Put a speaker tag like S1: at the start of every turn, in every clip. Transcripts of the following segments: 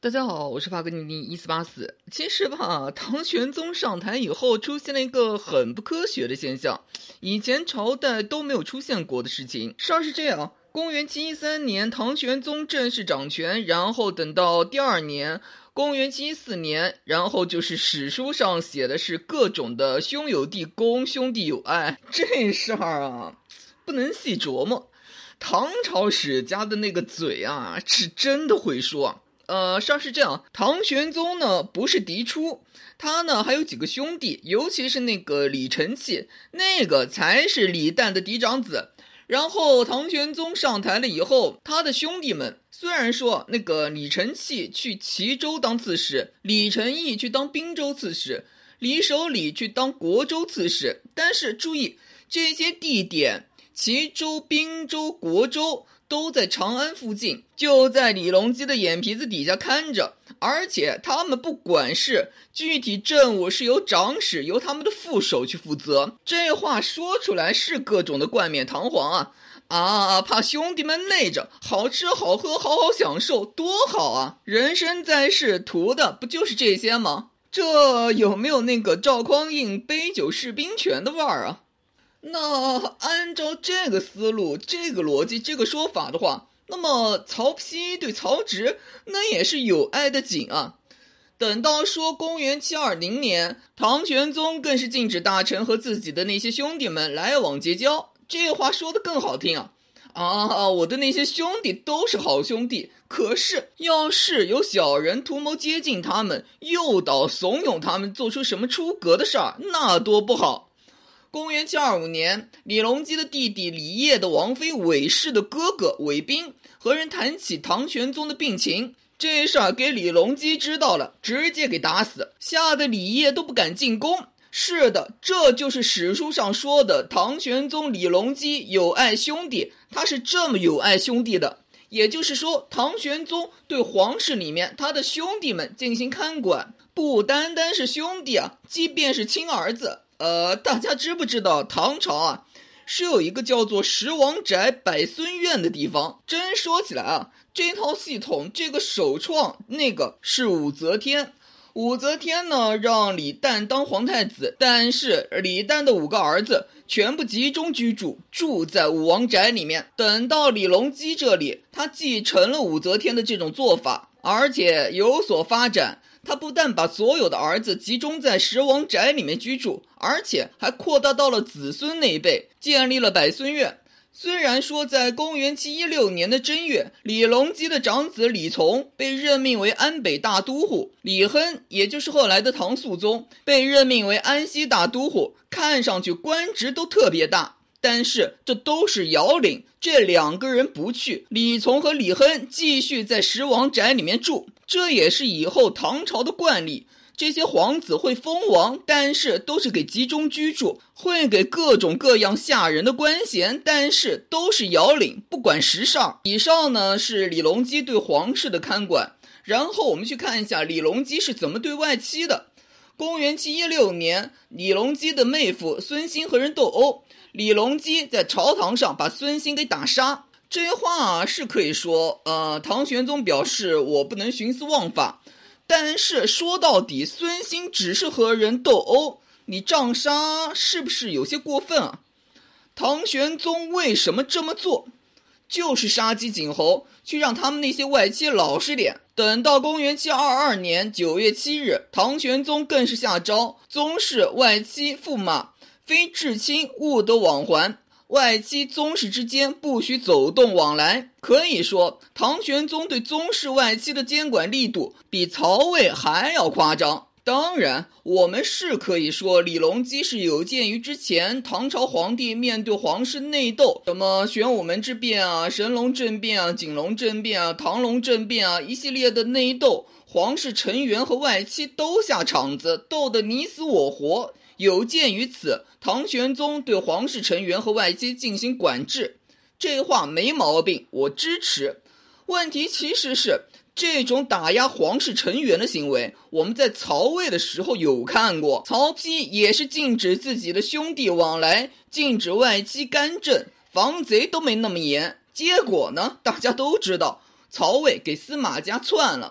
S1: 大家好，我是发哥尼尼1484。其实吧，唐玄宗上台以后，出现了一个很不科学的现象，以前朝代都没有出现过的事情。事儿是这样，公元713年，唐玄宗正式掌权，然后等到第二年，公元714年，然后就是史书上写的是各种的兄友弟恭，兄弟友爱。这事儿啊，不能细琢磨。唐朝史家的那个嘴啊，是真的会说。事儿是这样，唐玄宗呢不是嫡出，他呢还有几个兄弟，尤其是那个李承器，那个才是李旦的嫡长子。然后唐玄宗上台了以后，他的兄弟们虽然说那个李承器去齐州当刺史，李承义去当滨州刺史，李守礼去当国州刺史，但是注意这些地点，齐州、滨州、国州都在长安附近，就在李隆基的眼皮子底下看着，而且他们不管事，具体政务是由长史由他们的副手去负责。这话说出来是各种的冠冕堂皇怕兄弟们累着，好吃好喝好好享受多好啊，人生在世图的不就是这些吗？这有没有那个赵匡胤杯酒释兵权的味儿啊？那按照这个思路，这个逻辑，这个说法的话，那么曹丕对曹植那也是有爱的紧啊。等到说公元720年，唐玄宗更是禁止大臣和自己的那些兄弟们来往结交，这话说得更好听我的那些兄弟都是好兄弟，可是要是有小人图谋接近他们，诱导怂恿他们做出什么出格的事儿，那多不好。公元725年，李隆基的弟弟李晔的王妃韦氏的哥哥韦彬和人谈起唐玄宗的病情，这事儿给李隆基知道了，直接给打死，吓得李晔都不敢进宫。是的，这就是史书上说的唐玄宗李隆基有爱兄弟，他是这么有爱兄弟的。也就是说，唐玄宗对皇室里面他的兄弟们进行看管，不单单是兄弟即便是亲儿子。大家知不知道唐朝是有一个叫做十王宅百孙院的地方？真说起来这套系统这个首创那个是武则天。武则天呢让李旦当皇太子，但是李旦的5个儿子全部集中居住，住在武王宅里面。等到李隆基这里，他继承了武则天的这种做法，而且有所发展。他不但把所有的儿子集中在十王宅里面居住，而且还扩大到了子孙那一辈，建立了百孙院。虽然说在公元716年的正月，李隆基的长子李从被任命为安北大都护，李亨也就是后来的唐肃宗被任命为安西大都护，看上去官职都特别大。但是这都是遥领，这2个人不去，李从和李亨继续在十王宅里面住，这也是以后唐朝的惯例。这些皇子会封王，但是都是给集中居住，会给各种各样下人的官衔，但是都是遥领，不管实事。以上呢是李隆基对皇室的看管，然后我们去看一下李隆基是怎么对外戚的。公元716年，李隆基的妹夫孙兴和人斗殴，李隆基在朝堂上把孙兴给打杀。这些话是可以说唐玄宗表示我不能徇私枉法，但是说到底孙兴只是和人斗殴，你杖杀是不是有些过分唐玄宗为什么这么做？就是杀鸡儆猴，去让他们那些外戚老实点。等到公元722年9月7日，唐玄宗更是下诏，宗室外戚驸马非至亲勿得往还，外戚宗室之间不许走动往来。可以说唐玄宗对宗室外戚的监管力度比曹魏还要夸张。当然我们是可以说李隆基是有鉴于之前唐朝皇帝面对皇室内斗，什么玄武门之变神龙政变景龙政变唐隆政变一系列的内斗，皇室成员和外戚都下场子，斗得你死我活。有鉴于此，唐玄宗对皇室成员和外戚进行管制，这话没毛病，我支持。问题其实是这种打压皇室成员的行为，我们在曹魏的时候有看过，曹丕也是禁止自己的兄弟往来，禁止外戚干政，防贼都没那么严。结果呢，大家都知道，曹魏给司马家篡了。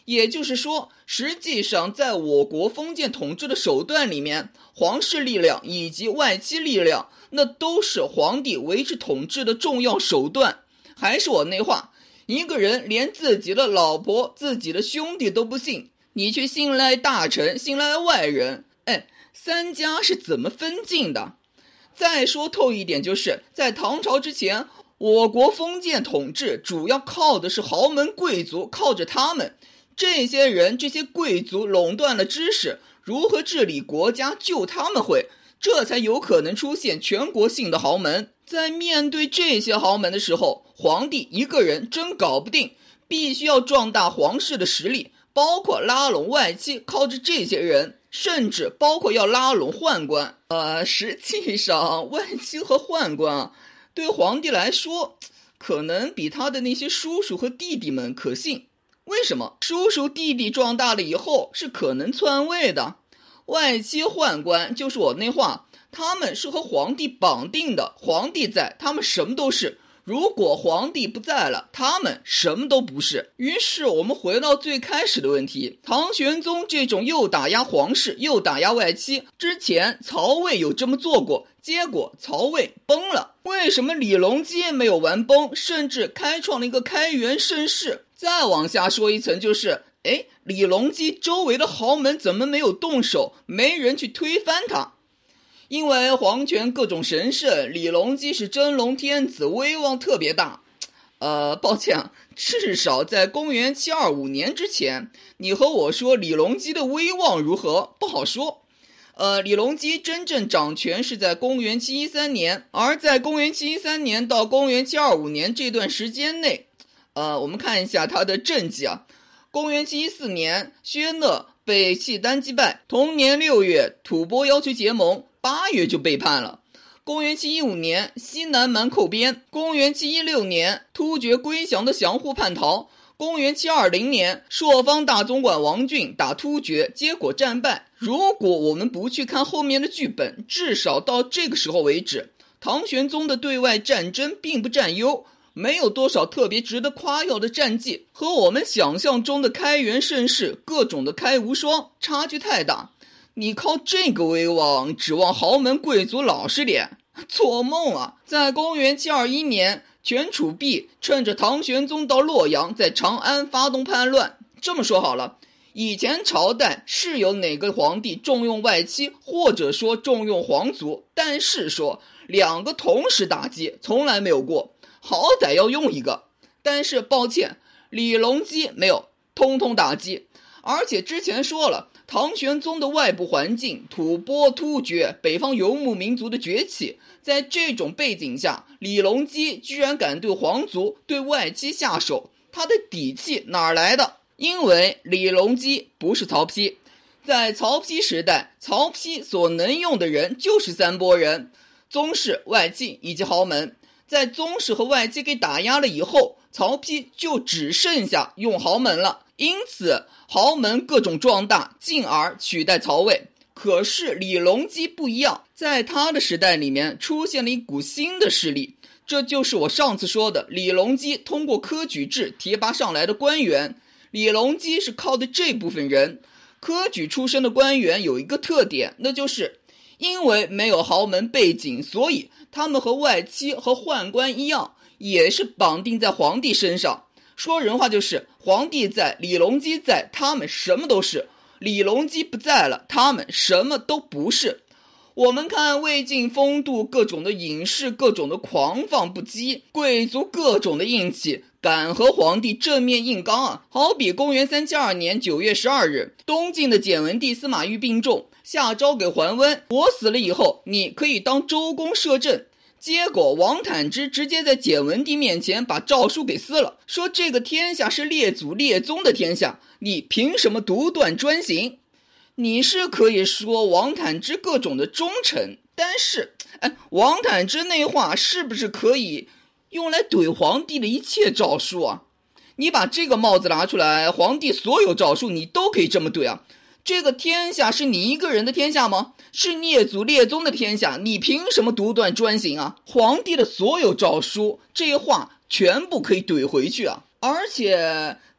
S1: 也就是说，实际上在我国封建统治的手段里面，皇室力量以及外戚力量，那都是皇帝维持统治的重要手段。还是我那话，一个人连自己的老婆、自己的兄弟都不信，你去信赖大臣、信赖外人，三家是怎么分晋的？再说透一点，就是在唐朝之前，我国封建统治主要靠的是豪门贵族，靠着他们这些人、这些贵族垄断了知识，如何治理国家就他们会，这才有可能出现全国性的豪门。在面对这些豪门的时候，皇帝一个人真搞不定，必须要壮大皇室的实力，包括拉拢外戚，靠着这些人，甚至包括要拉拢宦官。实际上外戚和宦官对皇帝来说，可能比他的那些叔叔和弟弟们可信。为什么？叔叔弟弟壮大了以后是可能篡位的，外戚宦官就是我那话，他们是和皇帝绑定的，皇帝在，他们什么都是，如果皇帝不在了，他们什么都不是。于是我们回到最开始的问题，唐玄宗这种又打压皇室又打压外戚，之前曹魏有这么做过，结果曹魏崩了。为什么李隆基没有完崩，甚至开创了一个开元盛世？再往下说一层，就是李隆基周围的豪门怎么没有动手，没人去推翻他？因为皇权各种神圣，李隆基是真龙天子，威望特别大。抱歉，至少在公元725年之前，你和我说李隆基的威望如何，不好说。李隆基真正掌权是在公元713年，而在公元713年到公元725年这段时间内，我们看一下他的政绩啊。公元714年，薛讷被契丹击败，同年6月，吐蕃要求结盟，8月就背叛了。公元715年，西南蛮寇边。公元716年，突厥归降的降户叛逃。公元720年，朔方大总管王浚打突厥，结果战败。如果我们不去看后面的剧本，至少到这个时候为止，唐玄宗的对外战争并不占优，没有多少特别值得夸耀的战绩，和我们想象中的开元盛世各种的开无双差距太大。你靠这个威望指望豪门贵族老实点，做梦啊！在公元721年，权楚弼趁着唐玄宗到洛阳，在长安发动叛乱。这么说好了，以前朝代是有哪个皇帝重用外戚，或者说重用皇族，但是说两个同时打击从来没有过，好歹要用一个。但是抱歉，李隆基没有，通通打击。而且之前说了，唐玄宗的外部环境，吐蕃、突厥、北方游牧民族的崛起，在这种背景下，李隆基居然敢对皇族、对外戚下手，他的底气哪儿来的？因为李隆基不是曹丕，在曹丕时代，曹丕所能用的人就是三拨人：宗室、外戚以及豪门。在宗室和外戚给打压了以后，曹丕就只剩下用豪门了。因此豪门各种壮大，进而取代曹魏。可是李隆基不一样，在他的时代里面出现了一股新的势力，这就是我上次说的李隆基通过科举制提拔上来的官员。李隆基是靠的这部分人。科举出身的官员有一个特点，那就是因为没有豪门背景，所以他们和外戚和宦官一样，也是绑定在皇帝身上。说人话就是皇帝在，李隆基在，他们什么都是；李隆基不在了，他们什么都不是。我们看魏晋风度，各种的隐士，各种的狂放不羁，贵族各种的硬气，敢和皇帝正面硬刚啊！好比公元372年9月12日，东晋的简文帝司马懿病重，下诏给桓温，我死了以后，你可以当周公摄政。结果王坦之直接在简文帝面前把诏书给撕了，说这个天下是列祖列宗的天下，你凭什么独断专行？你是可以说王坦之各种的忠臣，但是王坦之那话是不是可以用来怼皇帝的一切诏书啊？你把这个帽子拿出来，皇帝所有诏书你都可以这么怼啊？这个天下是你一个人的天下吗？是列祖列宗的天下，你凭什么独断专行啊？皇帝的所有诏书，这话全部可以怼回去啊！而且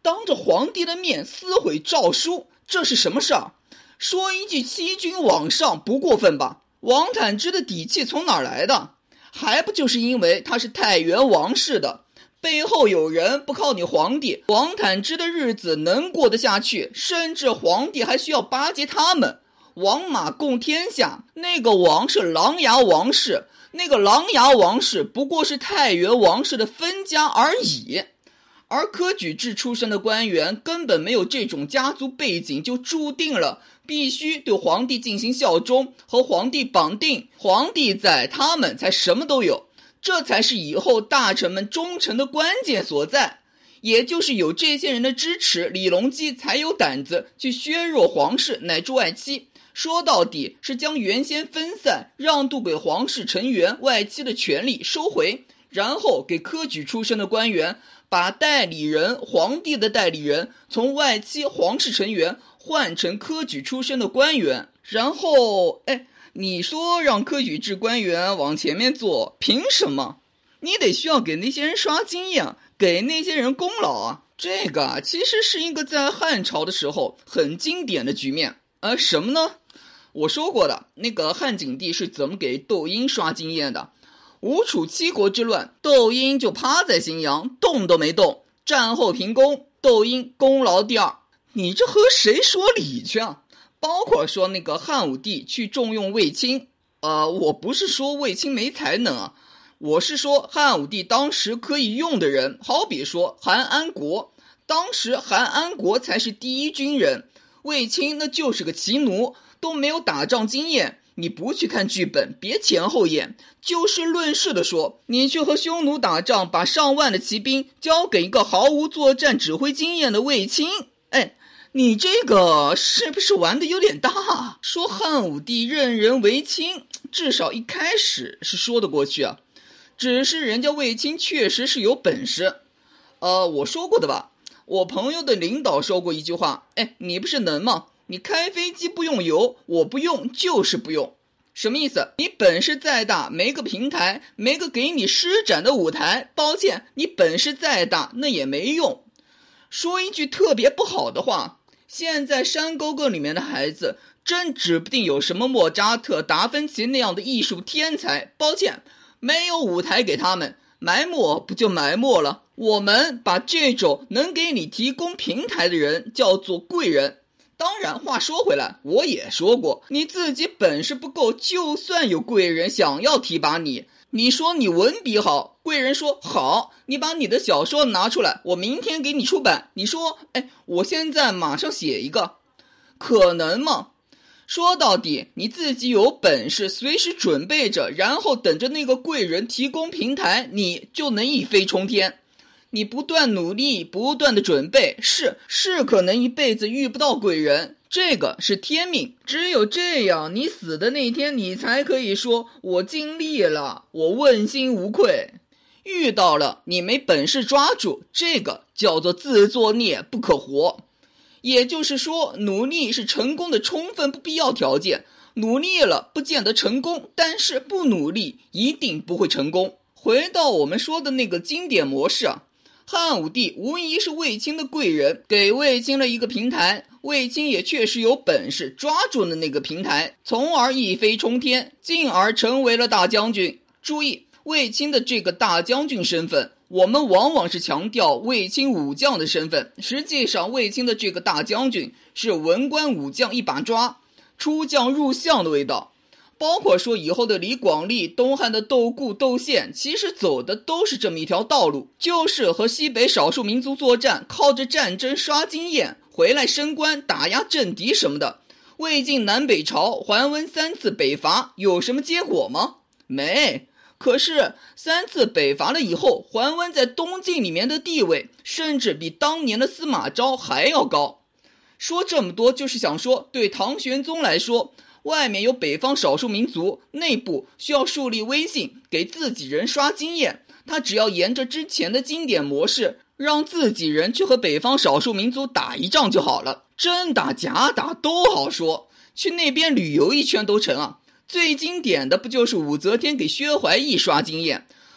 S1: 当着皇帝的面撕毁诏书，这是什么事儿？说一句欺君罔上不过分吧？王坦之的底气从哪儿来的？还不就是因为他是太原王氏的，背后有人，不靠你皇帝，王坦之的日子能过得下去？甚至皇帝还需要巴结他们。王马共天下，那个王是琅琊王氏，那个琅琊王氏不过是太原王氏的分家而已。而科举制出身的官员根本没有这种家族背景，就注定了必须对皇帝进行效忠，和皇帝绑定，皇帝在，他们才什么都有。这才是以后大臣们忠诚的关键所在。也就是有这些人的支持，李隆基才有胆子去削弱皇室乃至外戚。说到底是将原先分散让渡给皇室成员外戚的权力收回，然后给科举出身的官员把代理人，皇帝的代理人从外戚皇室成员换成科举出身的官员。然后你说让科举制官员往前面坐，凭什么？你得需要给那些人刷经验，给那些人功劳啊。这个其实是一个在汉朝的时候很经典的局面。什么呢？我说过的，那个汉景帝是怎么给窦婴刷经验的？吴楚七国之乱，窦婴就趴在荥阳动都没动，战后平公，窦婴功劳第二。你这和谁说理去啊？包括说那个汉武帝去重用卫青，我不是说卫青没才能啊，我是说汉武帝当时可以用的人，好比说韩安国，当时韩安国才是第一军人，卫青那就是个骑奴，都没有打仗经验。你不去看剧本，别前后演，就事论事的说，你去和匈奴打仗，把上万的骑兵交给一个毫无作战指挥经验的卫青，你这个是不是玩的有点大？说汉武帝任人唯亲，至少一开始是说得过去啊，只是人家卫青确实是有本事。我说过的吧，我朋友的领导说过一句话，你不是能吗？你开飞机不用油，我不用就是不用。什么意思？你本事再大，没个平台，没个给你施展的舞台，抱歉，你本事再大那也没用。说一句特别不好的话，现在山沟沟里面的孩子真指不定有什么莫扎特、达芬奇那样的艺术天才，抱歉，没有舞台给他们，埋没不就埋没了。我们把这种能给你提供平台的人叫做贵人。当然话说回来，我也说过，你自己本事不够，就算有贵人想要提拔你，你说你文笔好，贵人说好，你把你的小说拿出来，我明天给你出版。你说我现在马上写一个，可能吗？说到底，你自己有本事随时准备着，然后等着那个贵人提供平台，你就能一飞冲天。你不断努力，不断的准备，是可能一辈子遇不到贵人，这个是天命。只有这样，你死的那天，你才可以说我尽力了，我问心无愧。遇到了，你没本事抓住，这个叫做自作孽不可活。也就是说，努力是成功的充分不必要条件，努力了不见得成功，但是不努力一定不会成功。回到我们说的那个经典模式啊，汉武帝无疑是卫青的贵人，给卫青了一个平台，卫青也确实有本事抓住了那个平台，从而一飞冲天，进而成为了大将军。注意，卫青的这个大将军身份，我们往往是强调卫青武将的身份，实际上卫青的这个大将军是文官武将一把抓，出将入相的味道。包括说以后的李广利、东汉的窦固、窦宪，其实走的都是这么一条道路，就是和西北少数民族作战，靠着战争刷经验，回来升官、打压政敌什么的。魏晋南北朝，桓温3次北伐，有什么结果吗？没。可是3次北伐了以后，桓温在东晋里面的地位，甚至比当年的司马昭还要高。说这么多，就是想说，对唐玄宗来说，外面有北方少数民族，内部需要树立威信，给自己人刷经验。他只要沿着之前的经典模式，让自己人去和北方少数民族打一仗就好了，真打假打都好说，去那边旅游一圈都成啊。最经典的不就是武则天给薛怀义刷经验，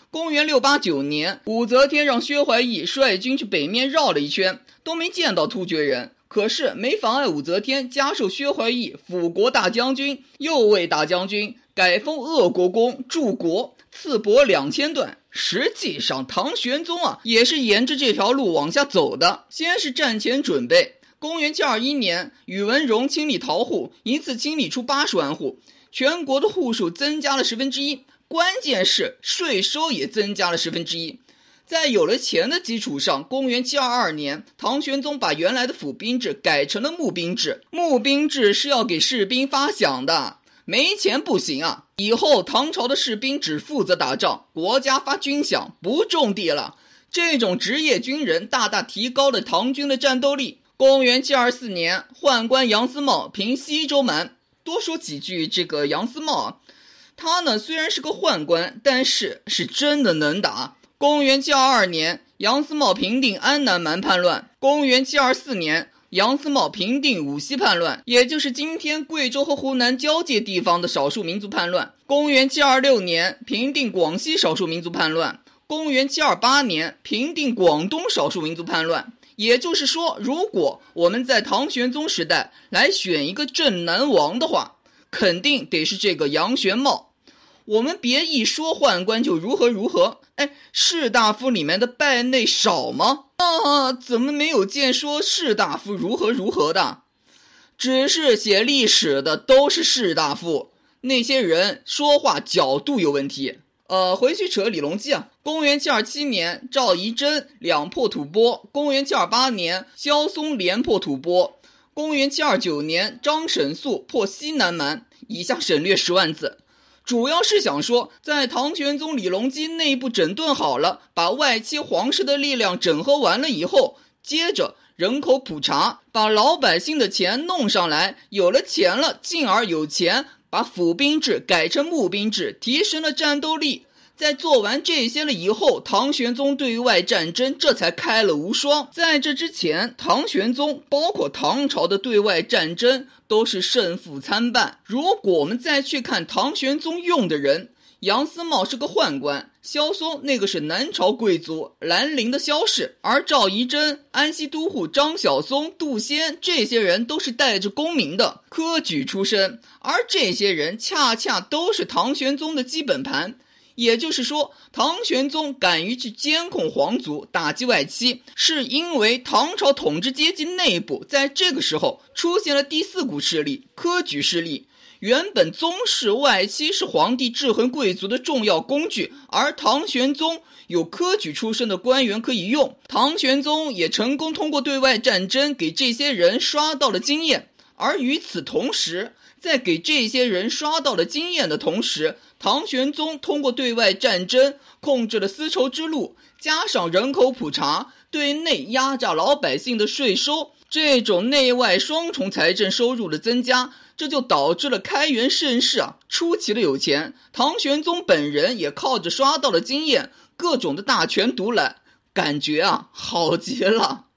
S1: 公元689年，武则天让薛怀义率军去北面绕了一圈，都没见到突厥人。可是没妨碍武则天加授薛怀义辅国大将军、右卫大将军，改封鄂国公、柱国，赐帛2000段。实际上唐玄宗也是沿着这条路往下走的。先是战前准备，公元721年，宇文融清理逃户，一次清理出80万户，全国的户数增加了1/10，关键是税收也增加了1/10。在有了钱的基础上，公元722年，唐玄宗把原来的府兵制改成了募兵制。募兵制是要给士兵发饷的，没钱不行啊！以后唐朝的士兵只负责打仗，国家发军饷，不种地了。这种职业军人大大提高了唐军的战斗力。公元724年，宦官杨思茂平西周蛮。多说几句这个杨思茂他呢虽然是个宦官，但是真的能打。公元722年，杨思茂平定安南蛮叛乱。公元724年，杨思茂平定五溪叛乱，也就是今天贵州和湖南交界地方的少数民族叛乱。公元726年，平定广西少数民族叛乱。公元728年，平定广东少数民族叛乱。也就是说，如果我们在唐玄宗时代来选一个镇南王的话，肯定得是这个杨玄茂。我们别一说宦官就如何如何，士大夫里面的败类少吗？怎么没有见说士大夫如何如何的？只是写历史的都是士大夫，那些人说话角度有问题。回去扯李隆基公元727年，赵仪真两破吐蕃；公元728年，萧嵩连破吐蕃；公元729年，张沈肃破西南蛮。以下省略10万字。主要是想说，在唐玄宗李隆基内部整顿好了，把外戚皇室的力量整合完了以后，接着人口普查，把老百姓的钱弄上来，有了钱了，进而有钱，把府兵制改成募兵制，提升了战斗力。在做完这些了以后，唐玄宗对外战争这才开了无双。在这之前，唐玄宗包括唐朝的对外战争都是胜负参半。如果我们再去看唐玄宗用的人，杨思茂是个宦官，萧嵩那个是南朝贵族兰陵的萧氏，而赵仪真、安西都护张晓松、杜仙这些人都是带着功名的科举出身，而这些人恰恰都是唐玄宗的基本盘。也就是说，唐玄宗敢于去监控皇族，打击外戚，是因为唐朝统治阶级内部在这个时候出现了第四股势力——科举势力。原本宗室外戚是皇帝制衡贵族的重要工具，而唐玄宗有科举出身的官员可以用。唐玄宗也成功通过对外战争给这些人刷到了经验，而与此同时，在给这些人刷到了经验的同时，唐玄宗通过对外战争控制了丝绸之路，加上人口普查，对内压榨老百姓的税收，这种内外双重财政收入的增加，这就导致了开元盛世出奇的有钱。唐玄宗本人也靠着刷到了经验，各种的大权独揽，感觉好极了。